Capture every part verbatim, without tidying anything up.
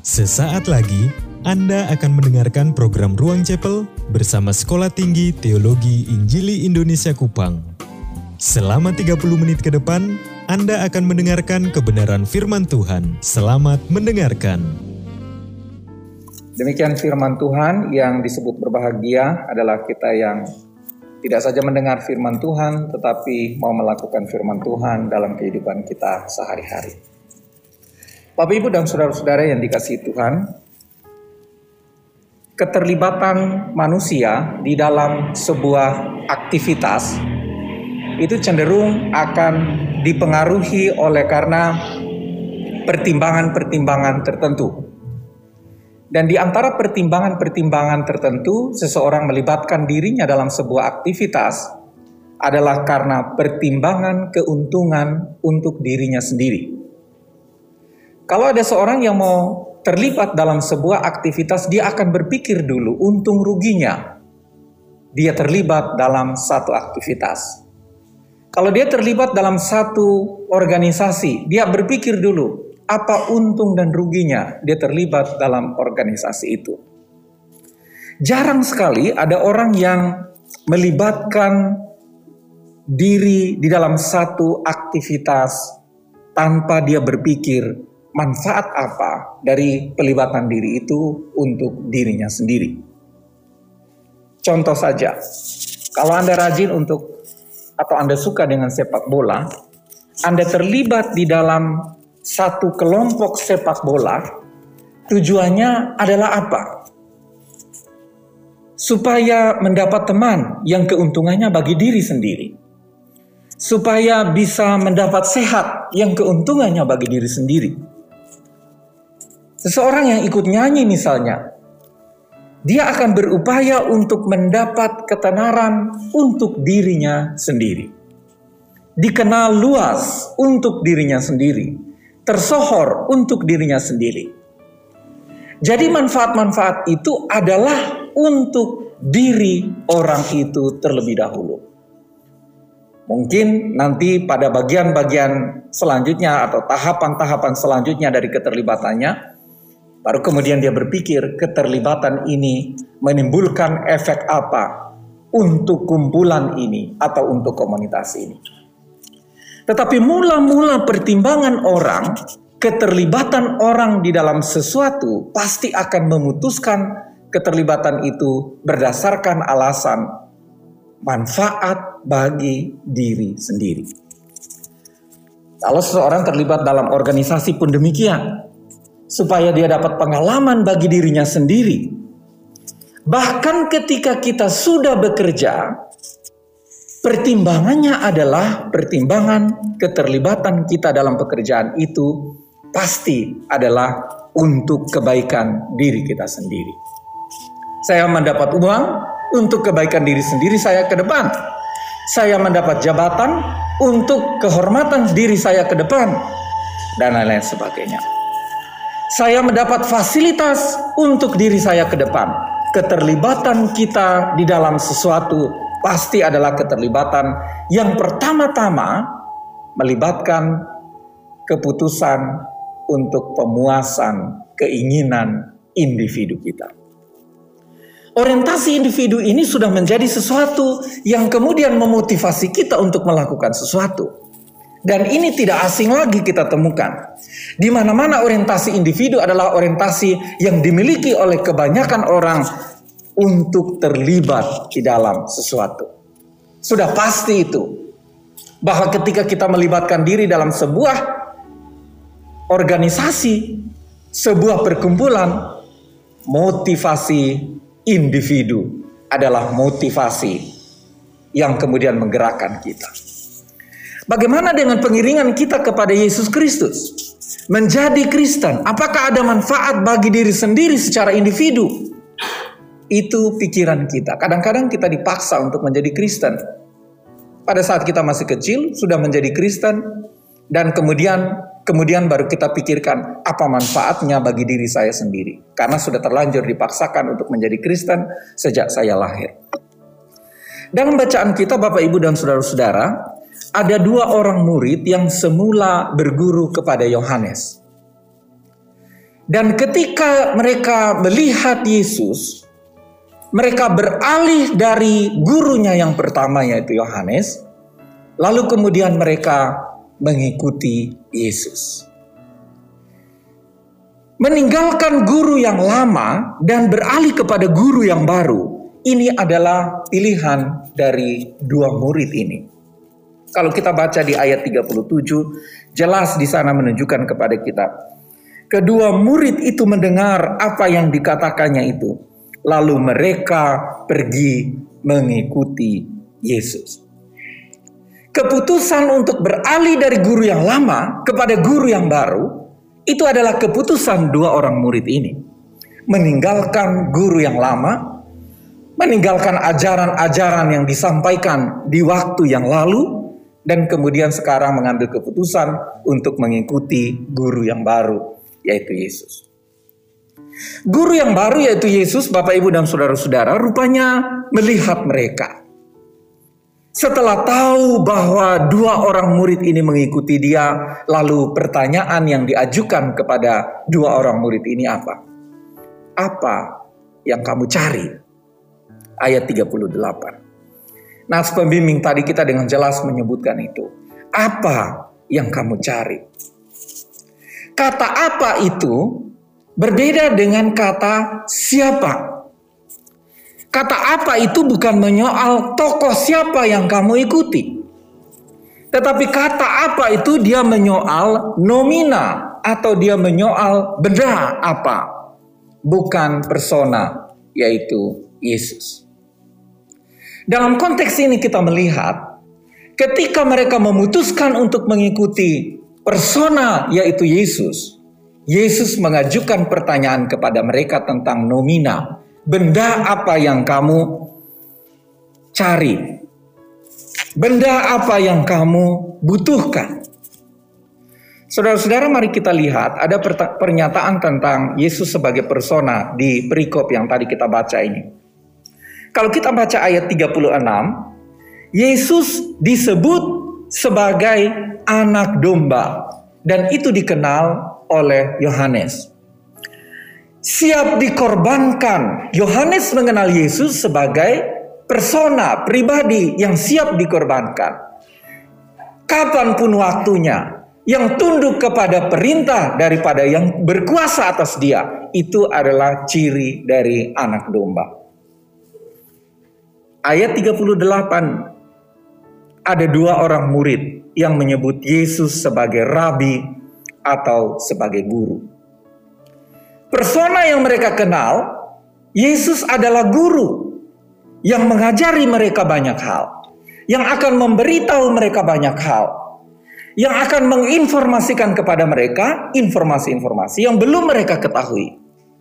Sesaat lagi, Anda akan mendengarkan program Ruang Chapel bersama Sekolah Tinggi Teologi Injili Indonesia Kupang. Selama tiga puluh menit ke depan, Anda akan mendengarkan kebenaran firman Tuhan. Selamat mendengarkan. Demikian firman Tuhan. Yang disebut berbahagia adalah kita yang tidak saja mendengar firman Tuhan, tetapi mau melakukan firman Tuhan dalam kehidupan kita sehari-hari. Bapak, Ibu, dan saudara-saudara yang dikasihi Tuhan, keterlibatan manusia di dalam sebuah aktivitas itu cenderung akan dipengaruhi oleh karena pertimbangan-pertimbangan tertentu. Dan di antara pertimbangan-pertimbangan tertentu, seseorang melibatkan dirinya dalam sebuah aktivitas adalah karena pertimbangan keuntungan untuk dirinya sendiri. Kalau ada seorang yang mau terlibat dalam sebuah aktivitas, dia akan berpikir dulu untung ruginya dia terlibat dalam satu aktivitas. Kalau dia terlibat dalam satu organisasi, dia berpikir dulu apa untung dan ruginya dia terlibat dalam organisasi itu. Jarang sekali ada orang yang melibatkan diri di dalam satu aktivitas tanpa dia berpikir manfaat apa dari pelibatan diri itu untuk dirinya sendiri. Contoh saja, kalau Anda rajin untuk atau Anda suka dengan sepak bola, Anda terlibat di dalam satu kelompok sepak bola, tujuannya adalah apa? Supaya mendapat teman yang keuntungannya bagi diri sendiri. Supaya bisa mendapat sehat yang keuntungannya bagi diri sendiri. Seseorang yang ikut nyanyi misalnya, dia akan berupaya untuk mendapat ketenaran untuk dirinya sendiri. Dikenal luas untuk dirinya sendiri. Tersohor untuk dirinya sendiri. Jadi manfaat-manfaat itu adalah untuk diri orang itu terlebih dahulu. Mungkin nanti pada bagian-bagian selanjutnya atau tahapan-tahapan selanjutnya dari keterlibatannya, baru kemudian dia berpikir keterlibatan ini menimbulkan efek apa untuk kumpulan ini atau untuk komunitas ini. Tetapi mula-mula pertimbangan orang, keterlibatan orang di dalam sesuatu pasti akan memutuskan keterlibatan itu berdasarkan alasan manfaat bagi diri sendiri. Kalau seseorang terlibat dalam organisasi pun demikian, supaya dia dapat pengalaman bagi dirinya sendiri. Bahkan ketika kita sudah bekerja, pertimbangannya adalah pertimbangan keterlibatan kita dalam pekerjaan itu pasti adalah untuk kebaikan diri kita sendiri. Saya mendapat uang untuk kebaikan diri sendiri saya ke depan. Saya mendapat jabatan untuk kehormatan diri saya ke depan. Dan lain-lain sebagainya. Saya mendapat fasilitas untuk diri saya ke depan. Keterlibatan kita di dalam sesuatu pasti adalah keterlibatan yang pertama-tama melibatkan keputusan untuk pemuasan keinginan individu kita. Orientasi individu ini sudah menjadi sesuatu yang kemudian memotivasi kita untuk melakukan sesuatu. Dan ini tidak asing lagi kita temukan. Di mana-mana orientasi individu adalah orientasi yang dimiliki oleh kebanyakan orang untuk terlibat di dalam sesuatu. Sudah pasti itu. Bahwa ketika kita melibatkan diri dalam sebuah organisasi, sebuah perkumpulan, motivasi individu adalah motivasi yang kemudian menggerakkan kita. Bagaimana dengan pengiringan kita kepada Yesus Kristus? Menjadi Kristen, apakah ada manfaat bagi diri sendiri secara individu? Itu pikiran kita. Kadang-kadang kita dipaksa untuk menjadi Kristen. Pada saat kita masih kecil, sudah menjadi Kristen. Dan kemudian kemudian baru kita pikirkan apa manfaatnya bagi diri saya sendiri. Karena sudah terlanjur dipaksakan untuk menjadi Kristen sejak saya lahir. Dalam bacaan kita, Bapak, Ibu, dan saudara-saudara, ada dua orang murid yang semula berguru kepada Yohanes. Dan ketika mereka melihat Yesus, mereka beralih dari gurunya yang pertama yaitu Yohanes, lalu kemudian mereka mengikuti Yesus. Meninggalkan guru yang lama dan beralih kepada guru yang baru, ini adalah pilihan dari dua murid ini. Kalau kita baca di ayat tiga puluh tujuh, jelas di sana menunjukkan kepada kita. Kedua murid itu mendengar apa yang dikatakannya itu. Lalu mereka pergi mengikuti Yesus. Keputusan untuk beralih dari guru yang lama kepada guru yang baru, itu adalah keputusan dua orang murid ini. Meninggalkan guru yang lama, meninggalkan ajaran-ajaran yang disampaikan di waktu yang lalu, dan kemudian sekarang mengambil keputusan untuk mengikuti guru yang baru, yaitu Yesus. Guru yang baru yaitu Yesus, Bapak Ibu dan saudara-saudara, rupanya melihat mereka. Setelah tahu bahwa dua orang murid ini mengikuti dia, lalu pertanyaan yang diajukan kepada dua orang murid ini apa? Apa yang kamu cari? Ayat tiga puluh delapan. Nas pembimbing tadi kita dengan jelas menyebutkan itu. Apa yang kamu cari? Kata apa itu berbeda dengan kata siapa. Kata apa itu bukan menyoal tokoh siapa yang kamu ikuti. Tetapi kata apa itu dia menyoal nomina atau dia menyoal benda apa. Bukan persona, yaitu Yesus. Dalam konteks ini kita melihat ketika mereka memutuskan untuk mengikuti persona yaitu Yesus, Yesus mengajukan pertanyaan kepada mereka tentang nomina. Benda apa yang kamu cari? Benda apa yang kamu butuhkan? Saudara-saudara, mari kita lihat ada pernyataan tentang Yesus sebagai persona di perikop yang tadi kita baca ini. Kalau kita baca ayat tiga puluh enam, Yesus disebut sebagai anak domba dan itu dikenal oleh Yohanes. Siap dikorbankan. Yohanes mengenal Yesus sebagai persona pribadi yang siap dikorbankan. Kapanpun waktunya, yang tunduk kepada perintah daripada yang berkuasa atas dia, itu adalah ciri dari anak domba. Ayat tiga puluh delapan, ada dua orang murid yang menyebut Yesus sebagai rabi atau sebagai guru. Persona yang mereka kenal, Yesus adalah guru yang mengajari mereka banyak hal, yang akan memberitahu mereka banyak hal, yang akan menginformasikan kepada mereka informasi-informasi yang belum mereka ketahui.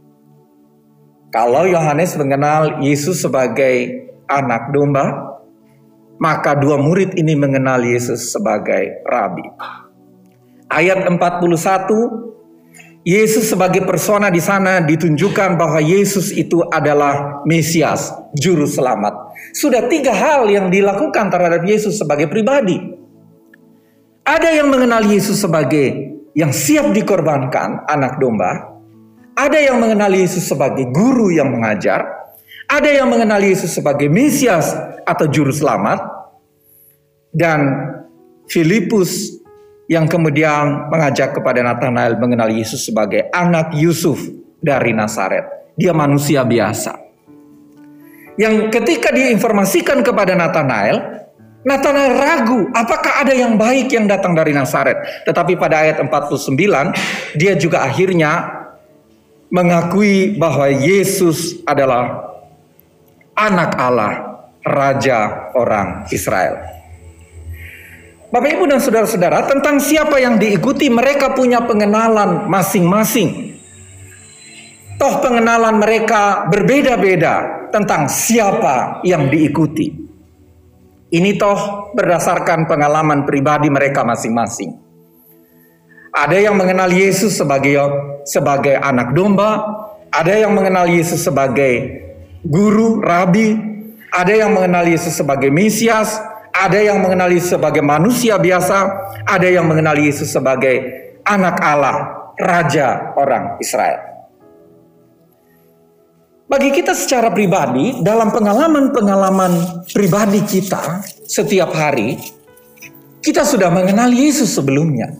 Kalau Yohanes mengenal Yesus sebagai anak domba, maka dua murid ini mengenal Yesus sebagai rabi. Ayat empat puluh satu, Yesus sebagai persona di sana ditunjukkan bahwa Yesus itu adalah Mesias, juru selamat. Sudah tiga hal yang dilakukan terhadap Yesus sebagai pribadi. Ada yang mengenal Yesus sebagai yang siap dikorbankan, anak domba. Ada yang mengenal Yesus sebagai guru yang mengajar. Ada yang mengenal Yesus sebagai Mesias atau juru selamat. Dan Filipus yang kemudian mengajak kepada Nathanael mengenal Yesus sebagai anak Yusuf dari Nazaret. Dia manusia biasa. Yang ketika diinformasikan kepada Nathanael, Nathanael ragu apakah ada yang baik yang datang dari Nazaret. Tetapi pada ayat empat puluh sembilan, dia juga akhirnya mengakui bahwa Yesus adalah anak Allah, Raja orang Israel. Bapak, Ibu, dan saudara-saudara, tentang siapa yang diikuti mereka punya pengenalan masing-masing. Toh pengenalan mereka berbeda-beda tentang siapa yang diikuti. Ini toh berdasarkan pengalaman pribadi mereka masing-masing. Ada yang mengenal Yesus sebagai sebagai anak domba, ada yang mengenal Yesus sebagai guru, rabi, ada yang mengenal Yesus sebagai Mesias, ada yang mengenal Yesus sebagai manusia biasa, ada yang mengenal Yesus sebagai anak Allah, Raja orang Israel. Bagi kita secara pribadi, dalam pengalaman-pengalaman pribadi kita setiap hari, kita sudah mengenal Yesus sebelumnya.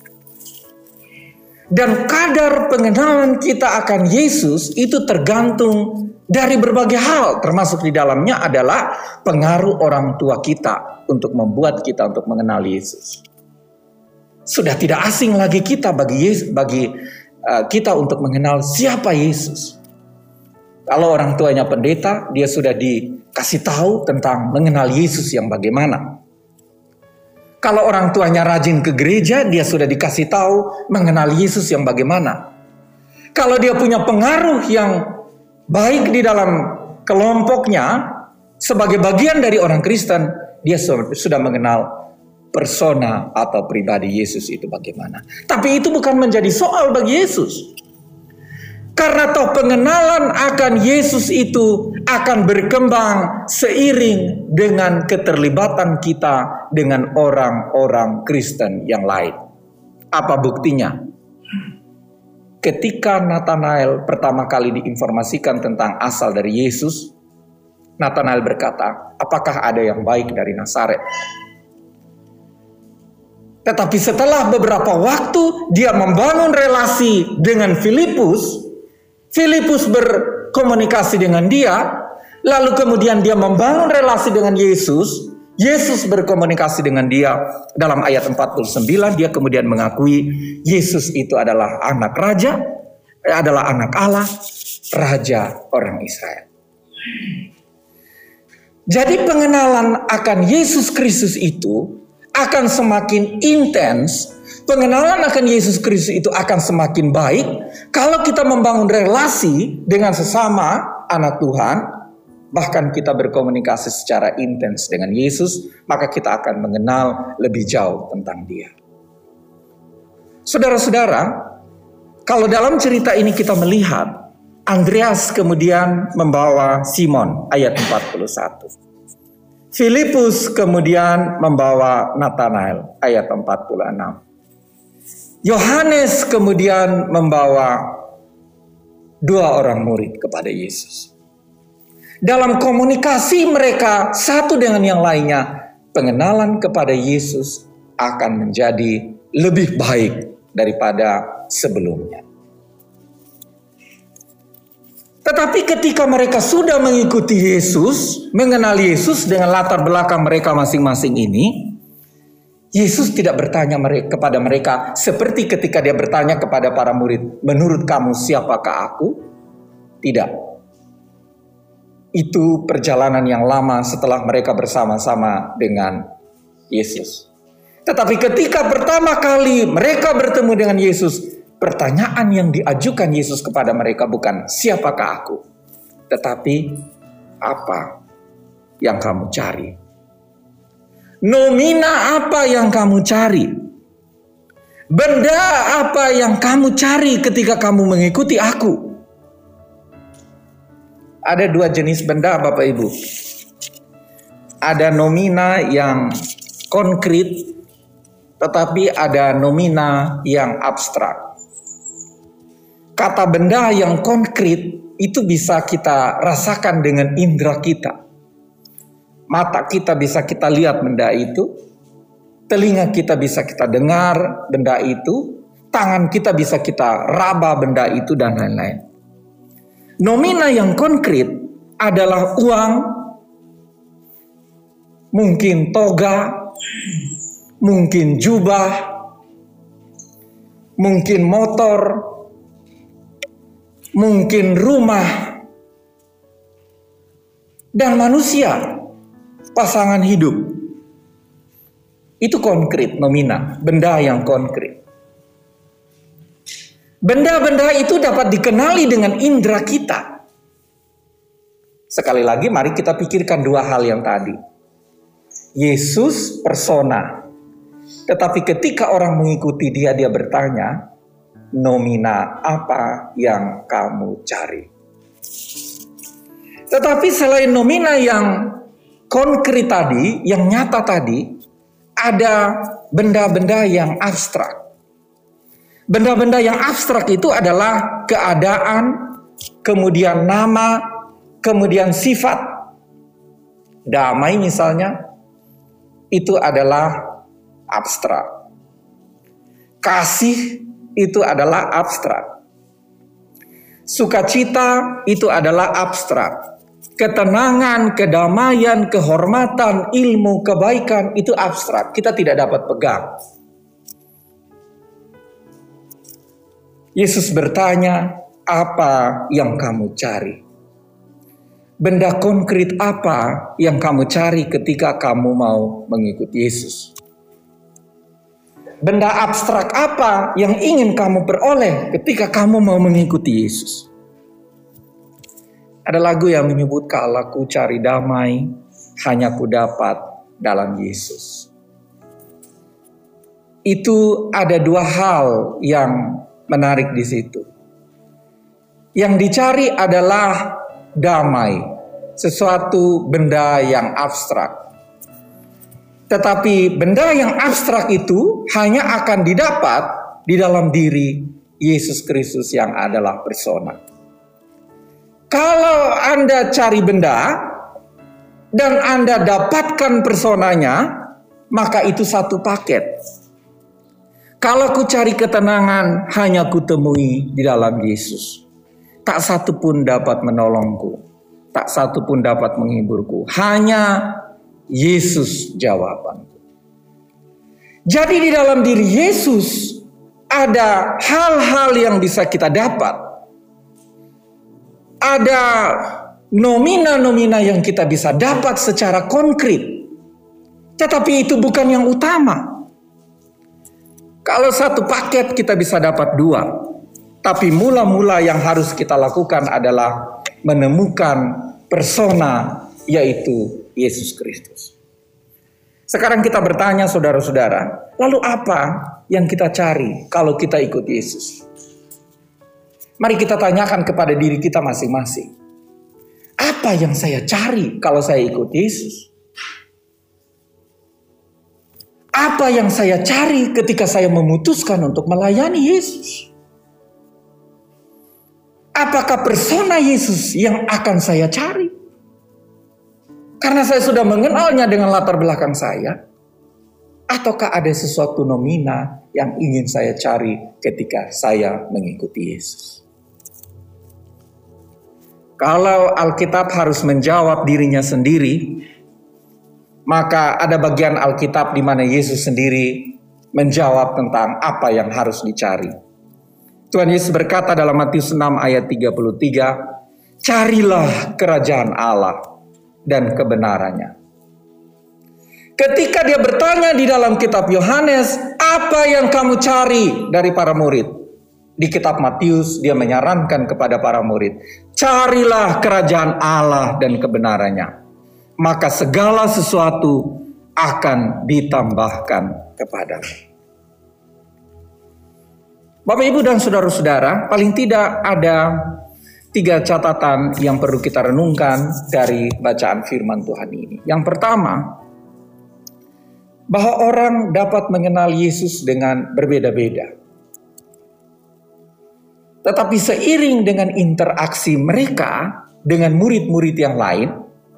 Dan kadar pengenalan kita akan Yesus itu tergantung dari berbagai hal, termasuk di dalamnya adalah pengaruh orang tua kita untuk membuat kita untuk mengenal Yesus. Sudah tidak asing lagi kita bagi Yesus, bagi uh, kita untuk mengenal siapa Yesus. Kalau orang tuanya pendeta, dia sudah dikasih tahu tentang mengenal Yesus yang bagaimana. Kalau orang tuanya rajin ke gereja, dia sudah dikasih tahu mengenal Yesus yang bagaimana. Kalau dia punya pengaruh yang baik di dalam kelompoknya, sebagai bagian dari orang Kristen, dia sudah mengenal persona atau pribadi Yesus itu bagaimana. Tapi itu bukan menjadi soal bagi Yesus. Karena toh pengenalan akan Yesus itu akan berkembang seiring dengan keterlibatan kita dengan orang-orang Kristen yang lain. Apa buktinya? Ketika Nathanael pertama kali diinformasikan tentang asal dari Yesus, Nathanael berkata, apakah ada yang baik dari Nazaret? Tetapi setelah beberapa waktu dia membangun relasi dengan Filipus, Filipus berkomunikasi dengan dia, lalu kemudian dia membangun relasi dengan Yesus. Yesus berkomunikasi dengan dia. Dalam ayat empat puluh sembilan dia kemudian mengakui Yesus itu adalah anak raja, adalah anak Allah, raja orang Israel. Jadi pengenalan akan Yesus Kristus itu akan semakin intens. Pengenalan akan Yesus Kristus itu akan semakin baik kalau kita membangun relasi dengan sesama anak Tuhan, bahkan kita berkomunikasi secara intens dengan Yesus, maka kita akan mengenal lebih jauh tentang Dia. Saudara-saudara, kalau dalam cerita ini kita melihat Andreas kemudian membawa Simon, ayat empat puluh satu. Filipus kemudian membawa Nathanael, ayat empat puluh enam. Yohanes kemudian membawa dua orang murid kepada Yesus. Dalam komunikasi mereka satu dengan yang lainnya, pengenalan kepada Yesus akan menjadi lebih baik daripada sebelumnya. Tetapi ketika mereka sudah mengikuti Yesus, mengenal Yesus dengan latar belakang mereka masing-masing ini, Yesus tidak bertanya mereka, kepada mereka seperti ketika dia bertanya kepada para murid, menurut kamu siapakah aku? Tidak. Itu perjalanan yang lama setelah mereka bersama-sama dengan Yesus. Tetapi ketika pertama kali mereka bertemu dengan Yesus, pertanyaan yang diajukan Yesus kepada mereka bukan siapakah aku, tetapi apa yang kamu cari? Nomina apa yang kamu cari? Benda apa yang kamu cari ketika kamu mengikuti aku? Ada dua jenis benda, Bapak Ibu. Ada nomina yang konkret, tetapi ada nomina yang abstrak. Kata benda yang konkret itu bisa kita rasakan dengan indera kita. Mata kita bisa kita lihat benda itu, telinga kita bisa kita dengar benda itu, tangan kita bisa kita raba benda itu, dan lain-lain. Nomina yang konkret adalah uang, mungkin toga, mungkin jubah, mungkin motor, mungkin rumah, dan manusia. Pasangan hidup. Itu konkret, nomina, benda yang konkret. Benda-benda itu dapat dikenali dengan indera kita. Sekali lagi mari kita pikirkan dua hal yang tadi. Yesus persona. Tetapi ketika orang mengikuti dia, dia bertanya, nomina apa yang kamu cari? Tetapi selain nomina yang konkret tadi, yang nyata tadi, ada benda-benda yang abstrak. Benda-benda yang abstrak itu adalah keadaan, kemudian nama, kemudian sifat. Damai misalnya, itu adalah abstrak. Kasih itu adalah abstrak. Sukacita itu adalah abstrak. Ketenangan, kedamaian, kehormatan, ilmu, kebaikan itu abstrak. Kita tidak dapat pegang. Yesus bertanya, apa yang kamu cari? Benda konkret apa yang kamu cari ketika kamu mau mengikuti Yesus? Benda abstrak apa yang ingin kamu peroleh ketika kamu mau mengikuti Yesus? Ada lagu yang menyebut, kalau ku cari damai, hanya ku dapat dalam Yesus. Itu ada dua hal yang menarik di situ. Yang dicari adalah damai, sesuatu benda yang abstrak. Tetapi benda yang abstrak itu hanya akan didapat di dalam diri Yesus Kristus yang adalah persona. Kalau Anda cari benda dan Anda dapatkan personanya, maka itu satu paket. Kalau ku cari ketenangan, hanya ku temui di dalam Yesus. Tak satu pun dapat menolongku, tak satu pun dapat menghiburku. Hanya Yesus jawabanku. Jadi di dalam diri Yesus ada hal-hal yang bisa kita dapat. Ada nomina-nomina yang kita bisa dapat secara konkret. Tetapi itu bukan yang utama. Kalau satu paket kita bisa dapat dua. Tapi mula-mula yang harus kita lakukan adalah menemukan persona, yaitu Yesus Kristus. Sekarang kita bertanya saudara-saudara, lalu apa yang kita cari kalau kita ikut Yesus? Mari kita tanyakan kepada diri kita masing-masing. Apa yang saya cari kalau saya ikut Yesus? Apa yang saya cari ketika saya memutuskan untuk melayani Yesus? Apakah persona Yesus yang akan saya cari? Karena saya sudah mengenalnya dengan latar belakang saya. Ataukah ada sesuatu nomina yang ingin saya cari ketika saya mengikuti Yesus? Kalau Alkitab harus menjawab dirinya sendiri, maka ada bagian Alkitab di mana Yesus sendiri menjawab tentang apa yang harus dicari. Tuhan Yesus berkata dalam Matius enam ayat tiga puluh tiga, carilah kerajaan Allah dan kebenarannya. Ketika dia bertanya di dalam kitab Yohanes, apa yang kamu cari dari para murid? Di kitab Matius dia menyarankan kepada para murid, carilah kerajaan Allah dan kebenarannya, maka segala sesuatu akan ditambahkan kepadamu. Bapak, Ibu, dan saudara-saudara, paling tidak ada tiga catatan yang perlu kita renungkan dari bacaan firman Tuhan ini. Yang pertama, bahwa orang dapat mengenal Yesus dengan berbeda-beda. Tetapi seiring dengan interaksi mereka dengan murid-murid yang lain,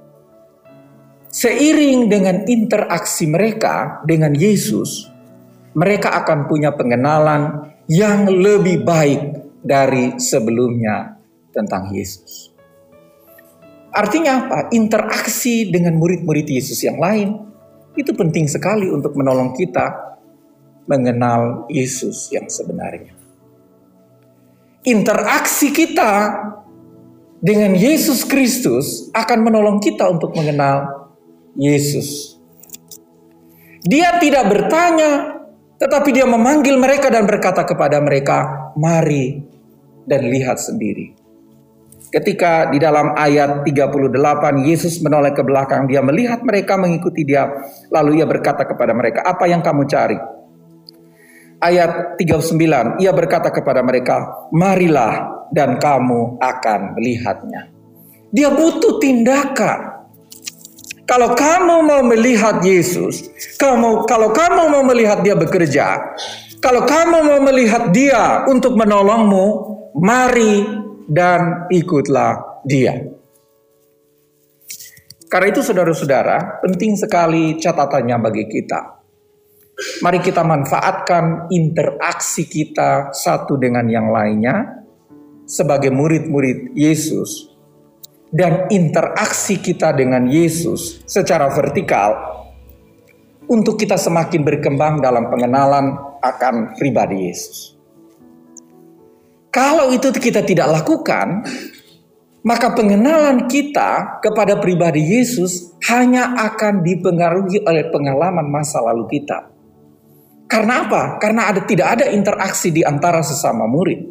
seiring dengan interaksi mereka dengan Yesus, mereka akan punya pengenalan yang lebih baik dari sebelumnya tentang Yesus. Artinya apa? Interaksi dengan murid-murid Yesus yang lain itu penting sekali untuk menolong kita mengenal Yesus yang sebenarnya. Interaksi kita dengan Yesus Kristus akan menolong kita untuk mengenal Yesus. Dia tidak bertanya, tetapi dia memanggil mereka dan berkata kepada mereka, mari dan lihat sendiri. Ketika di dalam ayat tiga puluh delapan, Yesus menoleh ke belakang, dia melihat mereka mengikuti dia. Lalu ia berkata kepada mereka, apa yang kamu cari? Ayat tiga puluh sembilan, ia berkata kepada mereka, marilah dan kamu akan melihatnya. Dia butuh tindakan. Kalau kamu mau melihat Yesus, kamu kalau kamu mau melihat dia bekerja, Kalau kamu mau melihat Dia untuk menolongmu, mari dan ikutlah Dia. Karena itu saudara-saudara, penting sekali catatannya bagi kita. Mari kita manfaatkan interaksi kita satu dengan yang lainnya sebagai murid-murid Yesus. Dan interaksi kita dengan Yesus secara vertikal untuk kita semakin berkembang dalam pengenalan akan pribadi Yesus. Kalau itu kita tidak lakukan, maka pengenalan kita kepada pribadi Yesus hanya akan dipengaruhi oleh pengalaman masa lalu kita. Karena apa? Karena ada tidak ada interaksi di antara sesama murid.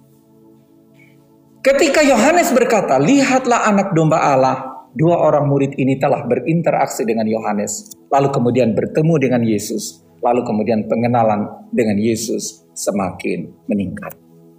Ketika Yohanes berkata, lihatlah anak domba Allah, dua orang murid ini telah berinteraksi dengan Yohanes, lalu kemudian bertemu dengan Yesus, lalu kemudian pengenalan dengan Yesus semakin meningkat.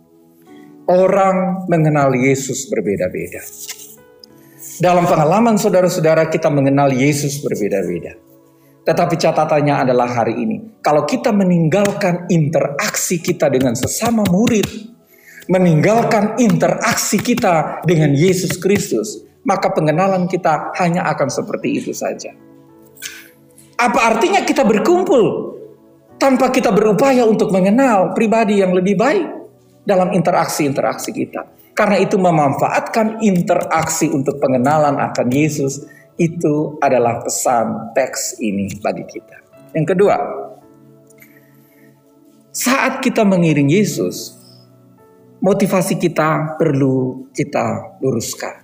Orang mengenal Yesus berbeda-beda. Dalam pengalaman saudara-saudara kita mengenal Yesus berbeda-beda. Tetapi catatannya adalah hari ini, kalau kita meninggalkan interaksi kita dengan sesama murid, meninggalkan interaksi kita dengan Yesus Kristus, maka pengenalan kita hanya akan seperti itu saja. Apa artinya kita berkumpul tanpa kita berupaya untuk mengenal pribadi yang lebih baik dalam interaksi-interaksi kita? Karena itu memanfaatkan interaksi untuk pengenalan akan Yesus, itu adalah pesan teks ini bagi kita. Yang kedua, saat kita mengiring Yesus, motivasi kita perlu kita luruskan.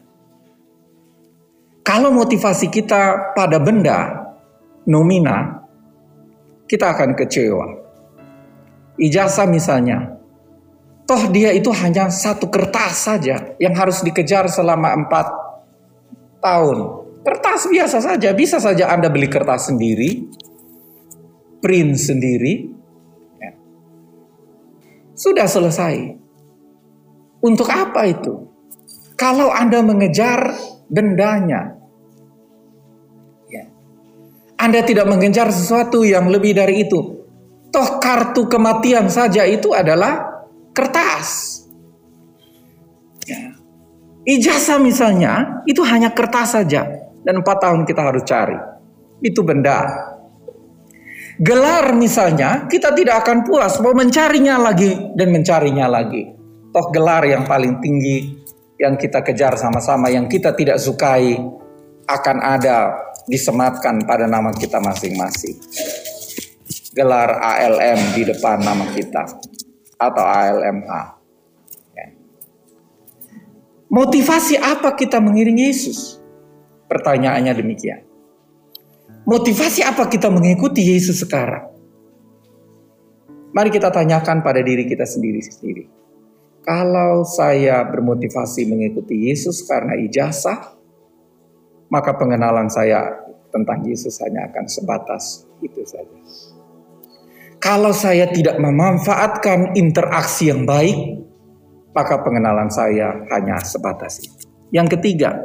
Kalau motivasi kita pada benda, nomina, kita akan kecewa. Ijazah misalnya, toh dia itu hanya satu kertas saja yang harus dikejar selama empat tahun. Kertas biasa saja, bisa saja Anda beli kertas sendiri, print sendiri, ya. Sudah selesai. Untuk apa itu? Kalau Anda mengejar bendanya, ya. Anda tidak mengejar sesuatu yang lebih dari itu. Toh kartu kematian saja itu adalah kertas. Ya. Ijazah misalnya, itu hanya kertas saja. Dan empat tahun kita harus cari. Itu benda. Gelar misalnya, kita tidak akan puas. Mau mencarinya lagi dan mencarinya lagi. Toh gelar yang paling tinggi, yang kita kejar sama-sama, yang kita tidak sukai, akan ada disematkan pada nama kita masing-masing. Gelar A L M di depan nama kita. Atau A L M A. Motivasi apa kita mengiring Yesus? Pertanyaannya demikian. Motivasi apa kita mengikuti Yesus sekarang? Mari kita tanyakan pada diri kita sendiri-sendiri. Kalau saya bermotivasi mengikuti Yesus karena ijazah, maka pengenalan saya tentang Yesus hanya akan sebatas itu saja. Kalau saya tidak memanfaatkan interaksi yang baik, maka pengenalan saya hanya sebatas itu. Yang ketiga,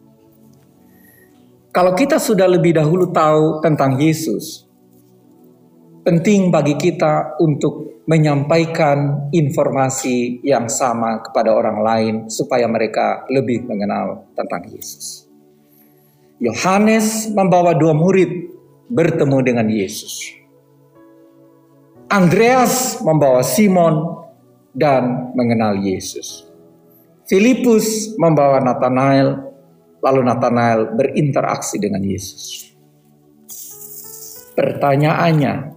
kalau kita sudah lebih dahulu tahu tentang Yesus, penting bagi kita untuk menyampaikan informasi yang sama kepada orang lain supaya mereka lebih mengenal tentang Yesus. Yohanes membawa dua murid bertemu dengan Yesus. Andreas membawa Simon dan mengenal Yesus. Filipus membawa Nathanael, lalu Nathanael berinteraksi dengan Yesus. Pertanyaannya,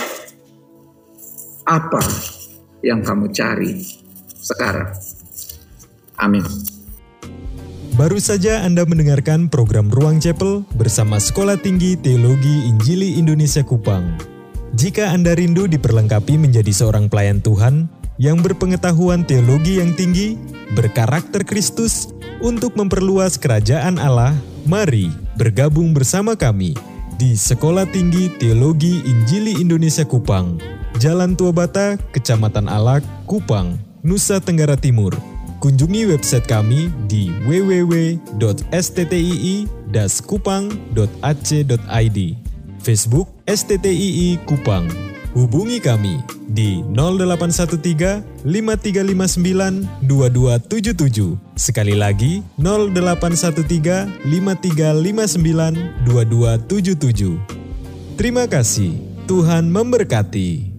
apa yang kamu cari sekarang? Amin. Baru saja Anda mendengarkan program Ruang Chapel bersama Sekolah Tinggi Teologi Injili Indonesia Kupang. Jika Anda rindu diperlengkapi menjadi seorang pelayan Tuhan yang berpengetahuan teologi yang tinggi, berkarakter Kristus, untuk memperluas kerajaan Allah, mari bergabung bersama kami di Sekolah Tinggi Teologi Injili Indonesia Kupang, Jalan Tua Bata, Kecamatan Alak, Kupang, Nusa Tenggara Timur. Kunjungi website kami di w w w dot s t t i i dash kupang dot a c dot i d, Facebook S T T I I Kupang, hubungi kami di nol delapan satu tiga lima tiga lima sembilan dua dua tujuh tujuh. Sekali lagi nol delapan satu tiga lima tiga lima sembilan dua dua tujuh tujuh. Terima kasih, Tuhan memberkati.